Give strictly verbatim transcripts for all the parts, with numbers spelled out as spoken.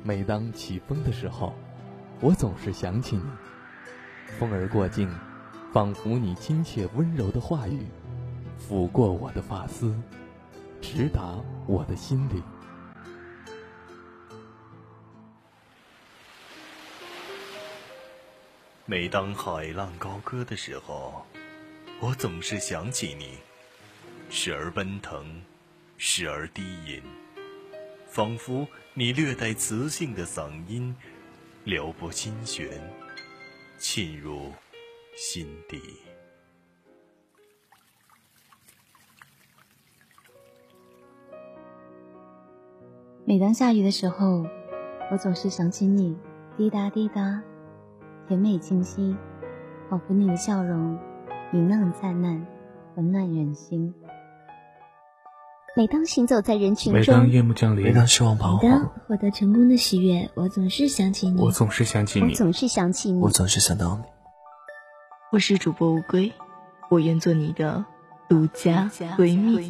每当起风的时候，我总是想起你。风儿过境，仿佛你亲切温柔的话语抚过我的发丝，直达我的心里。 每当海浪高歌的时候，我总是想起你，时而奔腾，时而低吟，仿佛你略带磁性的嗓音撩拨心弦，沁入心底。 每当下雨的时候，我总是想起你，滴答滴答，甜美清晰，仿佛你的笑容明亮灿烂，温暖人心。 每当行走在人群中，每当夜幕降临， 每当失望彷徨， 每当获得成功的喜悦，我总是想起你， 我总是想起你， 我总是想起你， 我总是想到你。 我是主播乌龟，我愿做你的独家闺蜜。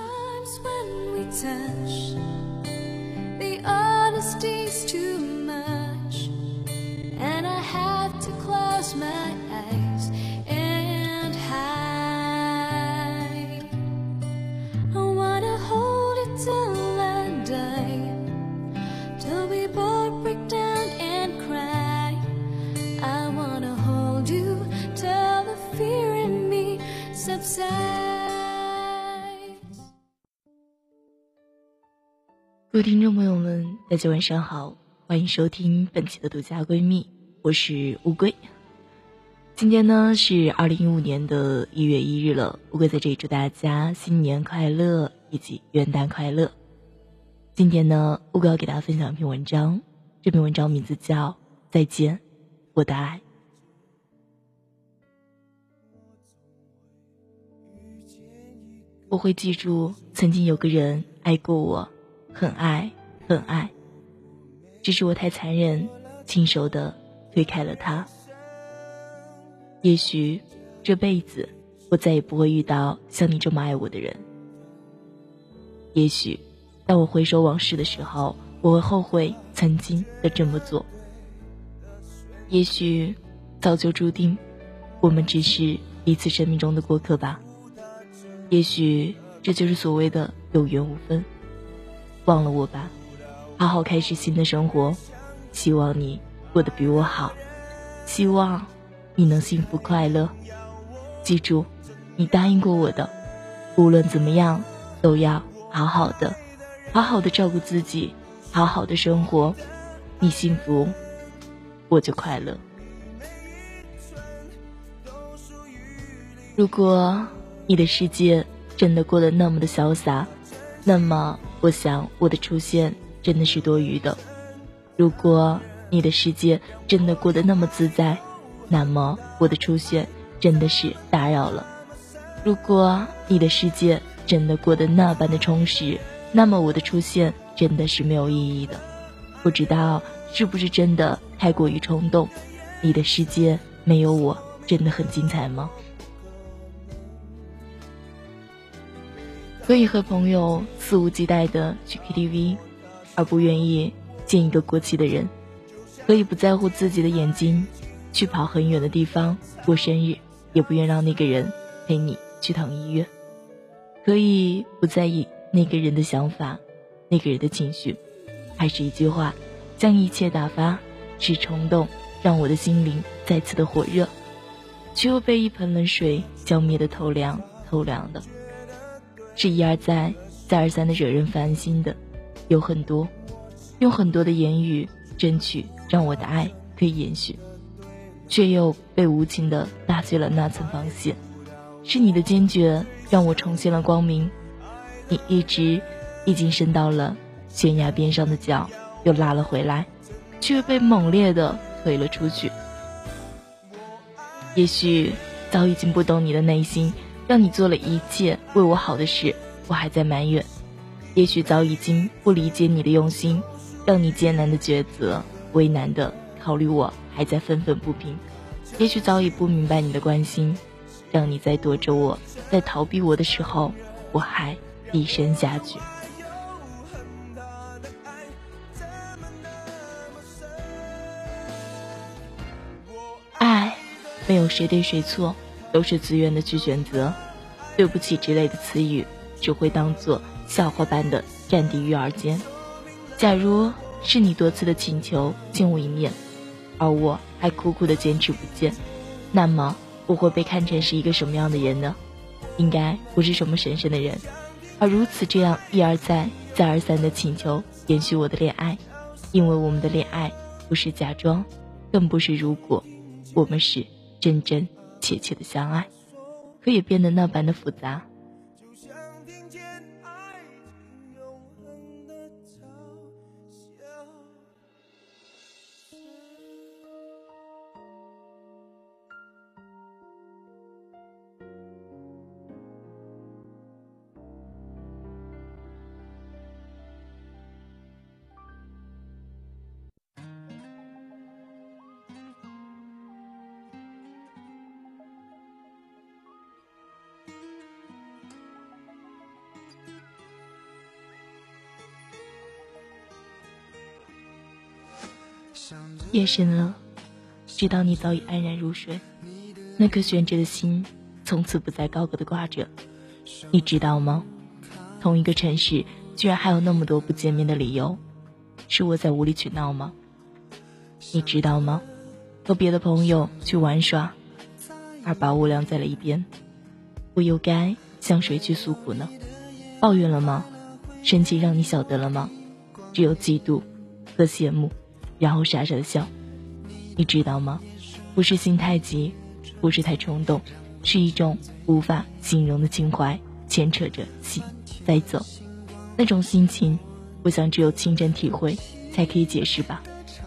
各位听众朋友们，大家晚上好，欢迎收听本期的独家闺蜜，我是乌龟。今天呢是二零一五年的一月一日了，乌龟在这里祝大家新年快乐以及元旦快乐。今天呢，乌龟要给大家分享一篇文章，这篇文章名字叫《再见，我的爱》。我会记住曾经有个人爱过我，很爱很爱，只是我太残忍，亲手的推开了他。也许这辈子我再也不会遇到像你这么爱我的人。也许当我回首往事的时候，我会后悔曾经的这么做。也许早就注定我们只是彼此生命中的过客吧。也许这就是所谓的有缘无分。忘了我吧，好好开始新的生活。希望你过得比我好，希望你能幸福快乐。记住，你答应过我的，无论怎么样都要好好的好好的照顾自己，好好的生活。你幸福，我就快乐。如果你的世界真的过得那么的潇洒，那么我想我的出现真的是多余的。如果你的世界真的过得那么自在，那么我的出现真的是打扰了。如果你的世界真的过得那般的充实，那么我的出现真的是没有意义的。不知道是不是真的太过于冲动，你的世界没有我真的很精彩吗？可以和朋友肆无忌惮的去 K T V， 而不愿意见一个过气的人。可以不在乎自己的眼睛，去跑很远的地方过生日，也不愿让那个人陪你去趟医院。可以不在意那个人的想法，那个人的情绪。还是一句话，将一切打发，是冲动让我的心灵再次的火热，却又被一盆冷水浇灭的透凉透凉的。是一而再再而三的惹人烦心的，有很多用很多的言语争取让我的爱可以延续，却又被无情的打碎了那层防线。是你的坚决让我重现了光明，你一直已经伸到了悬崖边上的脚又拉了回来，却被猛烈的推了出去。也许早已经不懂你的内心，让你做了一切为我好的事，我还在埋怨。也许早已经不理解你的用心，让你艰难的抉择，为难的考虑我还在愤愤不平。也许早已不明白你的关心，让你在躲着我，在逃避我的时候，我还低声下去。 没有谁对谁错，都是自愿的去选择。对不起之类的词语只会当作笑话般的占地于耳间。假如是你多次的请求见我一面，而我还苦苦的坚持不见，那么我会被看成是一个什么样的人呢？应该不是什么神圣的人，而如此这样一而再再而三的请求延续我的恋爱。因为我们的恋爱不是假装，更不是如果，我们是真真切切的相爱，可也变得那般的复杂。夜深了，知道你早已安然入睡，那颗悬着的心从此不再高高的挂着。你知道吗？同一个城市居然还有那么多不见面的理由，是我在无理取闹吗？你知道吗？和别的朋友去玩耍，而把我晾在了一边，我又该向谁去诉苦呢？抱怨了吗？生气让你晓得了吗？只有嫉妒和羡慕，然后傻傻的笑。你知道吗？不是心太急，不是太冲动，是一种无法形容的情怀牵扯着心在走。那种心情，我想只有亲身体会才可以解释吧。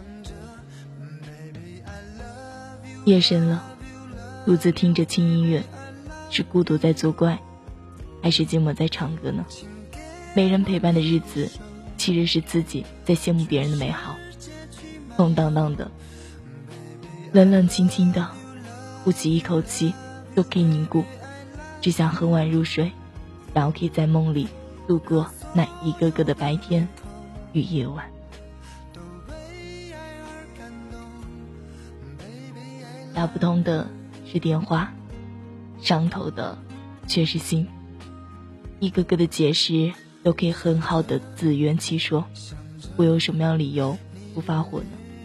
夜深了，独自听着轻音乐，是孤独在作怪，还是寂寞在唱歌呢？没人陪伴的日子，其实是自己在羡慕别人的美好。空荡荡的，冷冷清清的，呼吸一口气都可以凝固，只想很晚入睡，然后可以在梦里度过那一个个的白天与夜晚。打不通的是电话，上头的却是心，一个个的解释都可以很好的自圆其说，我有什么样理由不发火呢？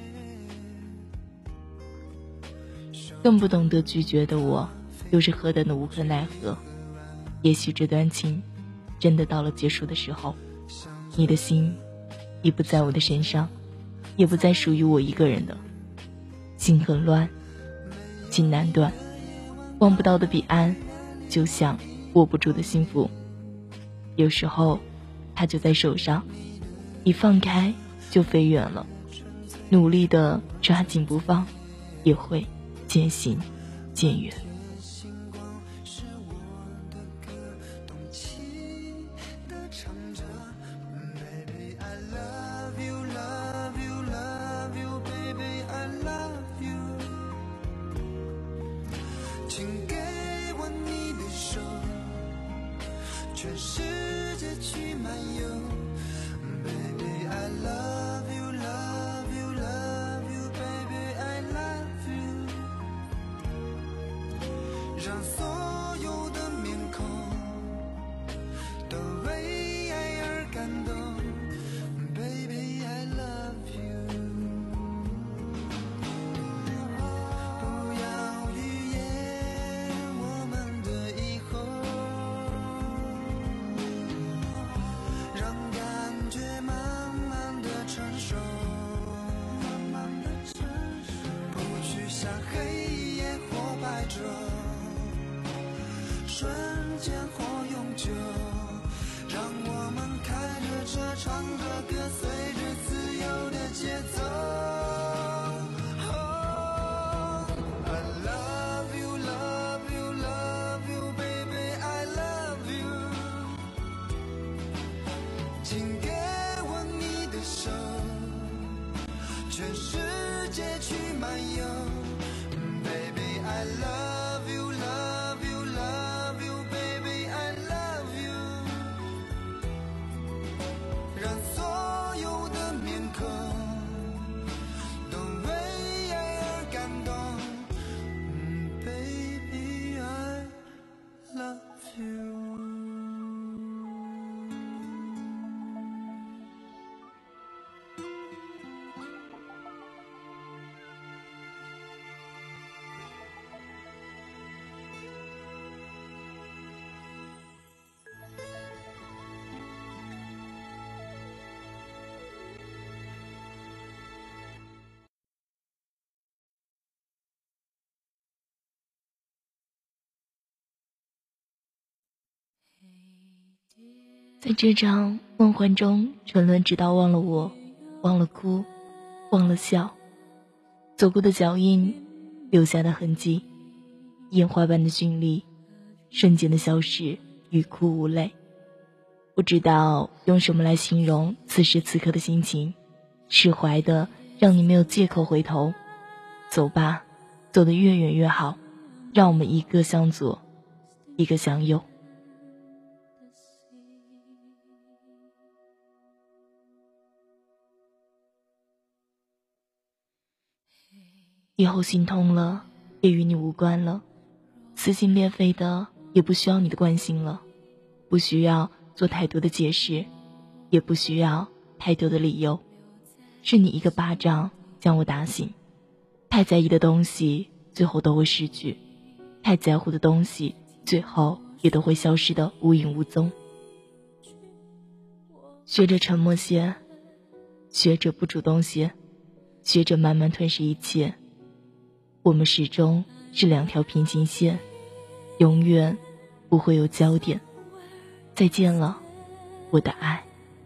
更不懂得拒绝的我，又是何等的无可奈何。也许这段情真的到了结束的时候，你的心已不在我的身上，也不再属于我一个人的。心很乱，情难断，望不到的彼岸，就像握不住的幸福。有时候它就在手上，一放开就飞远了，努力的抓紧不放，也会渐行渐远。 全世界去漫游 Baby I love you love you love you Baby I love you 让所有的面孔都为爱而感动 Baby I love you 不要预言我们的以后，让感觉慢慢的成熟，不去想黑夜或白昼，瞬间或永久，让我们开着车唱着歌，随着自由的节奏。I love you, love you, love you, baby, I love you。请给我你的手，全世界去漫游。Baby, I love you, love you, love you, baby, I love you。让所有的面孔都为爱而感动。 在这场梦幻中沉沦，直到忘了我，忘了哭，忘了笑，走过的脚印，留下的痕迹，烟花般的绚丽，瞬间的消失，欲哭无泪。不知道用什么来形容此时此刻的心情，释怀的让你没有借口回头。走吧，走得越远越好，让我们一个向左，一个向右。以后心痛了，也与你无关了，撕心裂肺的，也不需要你的关心了，不需要做太多的解释，也不需要太多的理由，是你一个巴掌将我打醒。太在意的东西最后都会失去，太在乎的东西最后也都会消失得无影无踪。学着沉默些，学着不主动些，学着慢慢吞噬一切。我们始终是两条平行线，永远不会有交点。再见了，我的爱。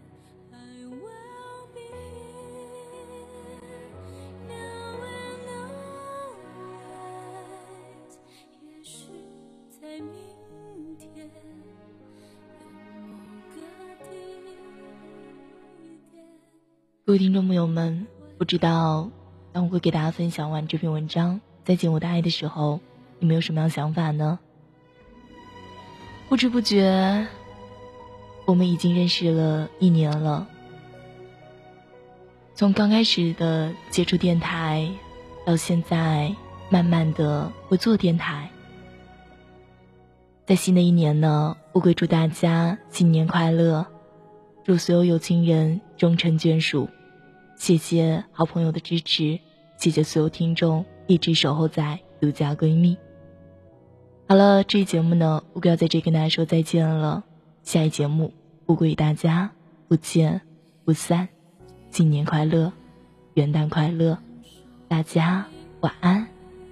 各位听众朋友们，不知道当我会给大家分享完这篇文章再见我的爱的时候，你们有什么样的想法呢？不知不觉我们已经认识了一年了，从刚开始的接触电台到现在慢慢的会做电台。在新的一年呢，我会祝大家新年快乐，祝所有有情人终成眷属。谢谢好朋友的支持，谢谢所有听众一直守候在独家闺蜜。好了，这期节目呢，乌龟要在这跟大家说再见了。下一节目乌龟与大家不见不散，新年快乐，元旦快乐，大家晚安。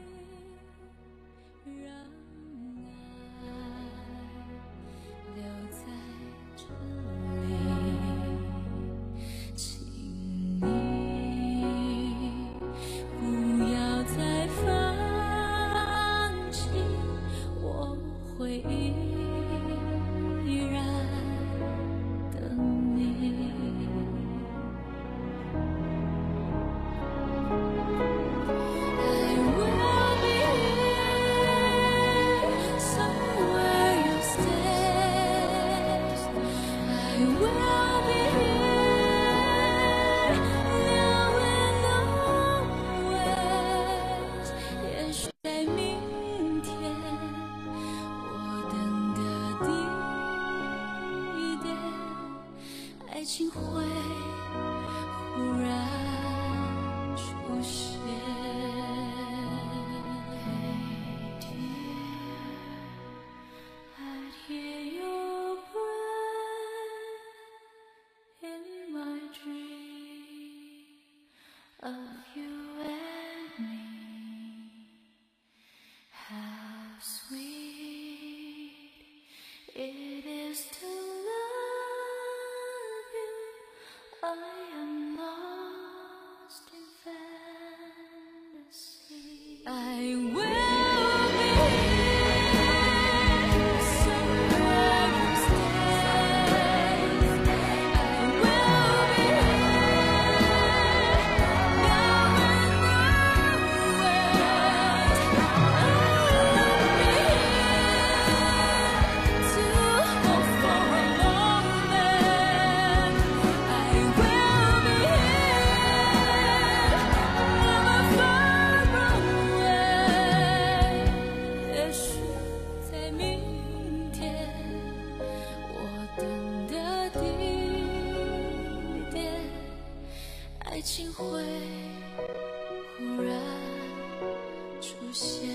爱情会忽然出现。I hear your breath in my dream of you and me. How sweet it is to I am lost in fantasy. I will be somewhere you stay. I will be now and always. I'll be to hope for a moment. I will be here, never far away. 也许在明天，我等的地点，爱情会忽然出现。